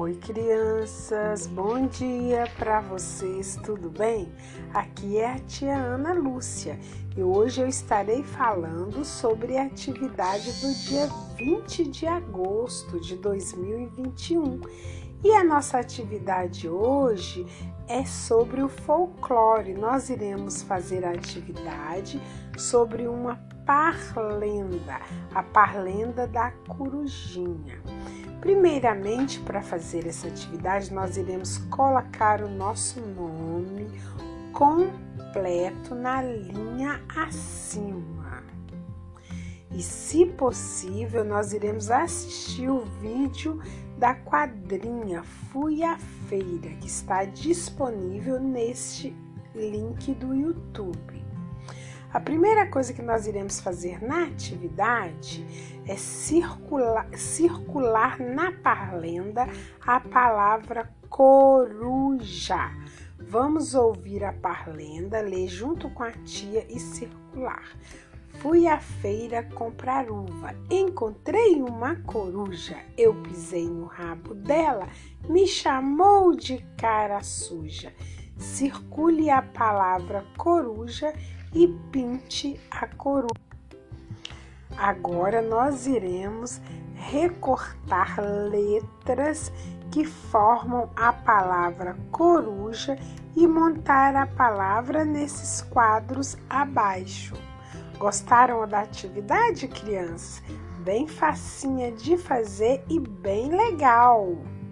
Oi, crianças, bom dia para vocês, tudo bem? Aqui é a tia Ana Lúcia e hoje eu estarei falando sobre a atividade do dia 20 de agosto de 2021. E a nossa atividade hoje é sobre o folclore. Nós iremos fazer a atividade sobre uma parlenda, a parlenda da corujinha. Primeiramente, para fazer essa atividade, nós iremos colocar o nosso nome completo na linha acima. E, se possível, nós iremos assistir o vídeo da quadrinha Fui à Feira, que está disponível neste link do YouTube. A primeira coisa que nós iremos fazer na atividade é circular na parlenda a palavra coruja. Vamos ouvir a parlenda, ler junto com a tia e circular. Fui à feira comprar uva, encontrei uma coruja, eu pisei no rabo dela, me chamou de cara suja. Circule a palavra coruja e pinte a coruja. Agora nós iremos recortar letras que formam a palavra coruja e montar a palavra nesses quadros abaixo. Gostaram da atividade, crianças? Bem facinha de fazer e bem legal!